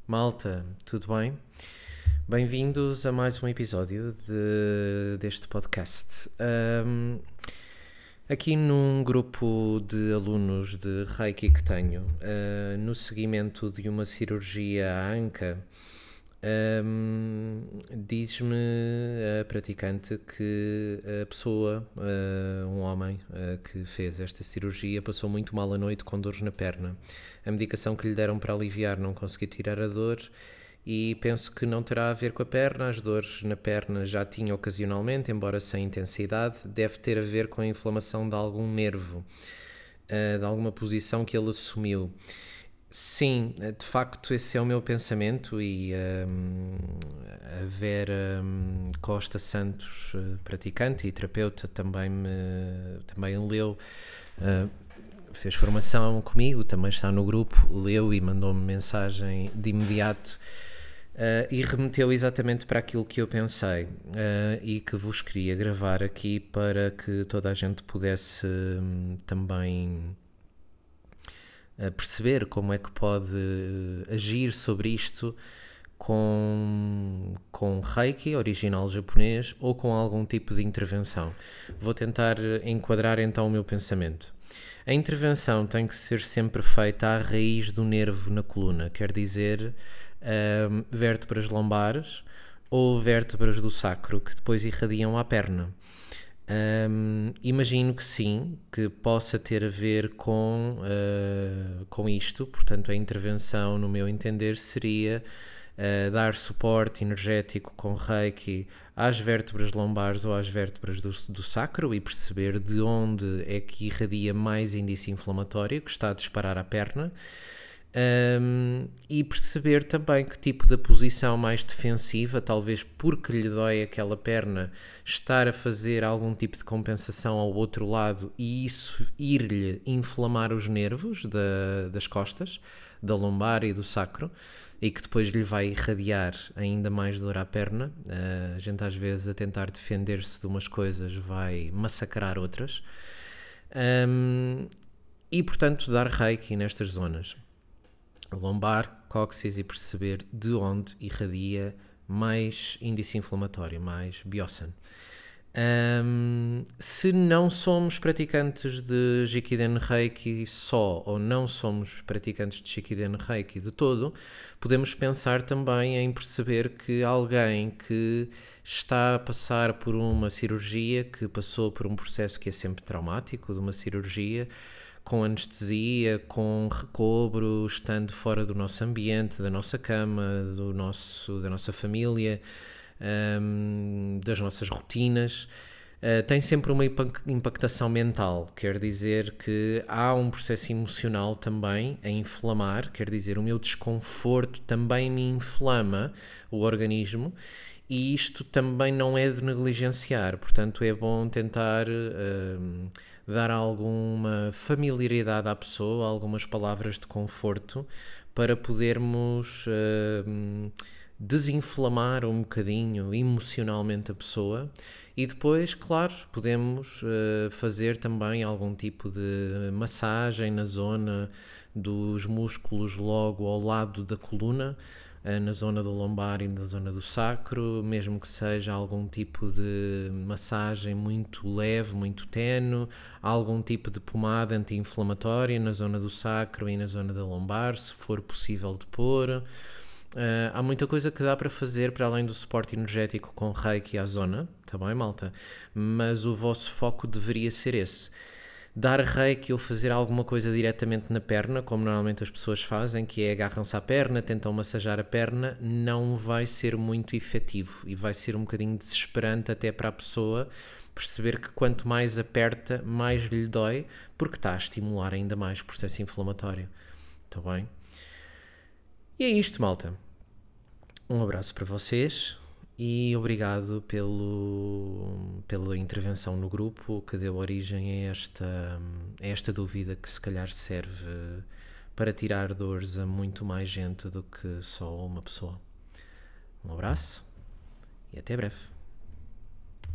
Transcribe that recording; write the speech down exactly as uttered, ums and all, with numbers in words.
Malta, tudo bem? Bem-vindos a mais um episódio de- deste podcast. Ahm, aqui num grupo de alunos de Reiki que tenho, ah, no seguimento de uma cirurgia à anca, ahm, diz-me a praticante que a pessoa, ah, um homem, ah, que fez esta cirurgia passou muito mal à noite com dores na perna. A medicação que lhe deram para aliviar não conseguiu tirar a dor e penso que não terá a ver com a perna. As dores na perna já tinha ocasionalmente, embora sem intensidade. Deve ter a ver com a inflamação de algum nervo, uh, de alguma posição que ele assumiu. Sim, de facto esse é o meu pensamento e um, a Vera um, Costa Santos, uh, praticante e terapeuta, também me também leu, uh, fez formação comigo, também está no grupo, leu e mandou-me mensagem de imediato. Uh, e remeteu exatamente para aquilo que eu pensei, uh, e que vos queria gravar aqui para que toda a gente pudesse um, também uh, perceber como é que pode uh, agir sobre isto com, com Reiki, original japonês, ou com algum tipo de intervenção. Vou tentar enquadrar então o meu pensamento. A intervenção tem que ser sempre feita à raiz do nervo na coluna, quer dizer, Um, vértebras lombares ou vértebras do sacro que depois irradiam à perna. Um, imagino que sim, que possa ter a ver com, uh, com isto. Portanto, a intervenção, no meu entender, seria uh, dar suporte energético com Reiki às vértebras lombares ou às vértebras do, do sacro e perceber de onde é que irradia mais índice inflamatório que está a disparar à perna. Um, e perceber também que tipo de posição mais defensiva, talvez porque lhe dói aquela perna, estar a fazer algum tipo de compensação ao outro lado e isso ir-lhe inflamar os nervos da, das costas, da lombar e do sacro, e que depois lhe vai irradiar ainda mais dor à perna. Uh, a gente às vezes a tentar defender-se de umas coisas vai massacrar outras. Um, e portanto dar Reiki nestas zonas. Lombar, cóccix, e perceber de onde irradia mais índice inflamatório, mais Biosan. Um, se não somos praticantes de Jikiden Reiki só, ou não somos praticantes de Jikiden Reiki de todo, podemos pensar também em perceber que alguém que está a passar por uma cirurgia, que passou por um processo que é sempre traumático, de uma cirurgia, com anestesia, com recobro, estando fora do nosso ambiente, da nossa cama, do nosso, da nossa família, um, das nossas rotinas, uh, tem sempre uma impactação mental, quer dizer que há um processo emocional também a inflamar, quer dizer, o meu desconforto também me inflama o organismo. E isto também não é de negligenciar, portanto é bom tentar uh, dar alguma familiaridade à pessoa, algumas palavras de conforto para podermos uh, desinflamar um bocadinho emocionalmente a pessoa e depois, claro, podemos uh, fazer também algum tipo de massagem na zona dos músculos logo ao lado da coluna, na zona do lombar e na zona do sacro, mesmo que seja algum tipo de massagem muito leve, muito tenue, algum tipo de pomada anti-inflamatória na zona do sacro e na zona da lombar, se for possível de pôr. Uh, há muita coisa que dá para fazer para além do suporte energético com Reiki à zona, tá bem, malta? Mas o vosso foco deveria ser esse. Dar Reiki ou fazer alguma coisa diretamente na perna, como normalmente as pessoas fazem, que é agarram-se à perna, tentam massajar a perna, não vai ser muito efetivo e vai ser um bocadinho desesperante até para a pessoa perceber que quanto mais aperta, mais lhe dói, porque está a estimular ainda mais o processo inflamatório. Está bem? E é isto, malta. Um abraço para vocês. E obrigado pelo, pela intervenção no grupo que deu origem a esta, a esta dúvida que se calhar serve para tirar dores a muito mais gente do que só uma pessoa. Um abraço e até breve.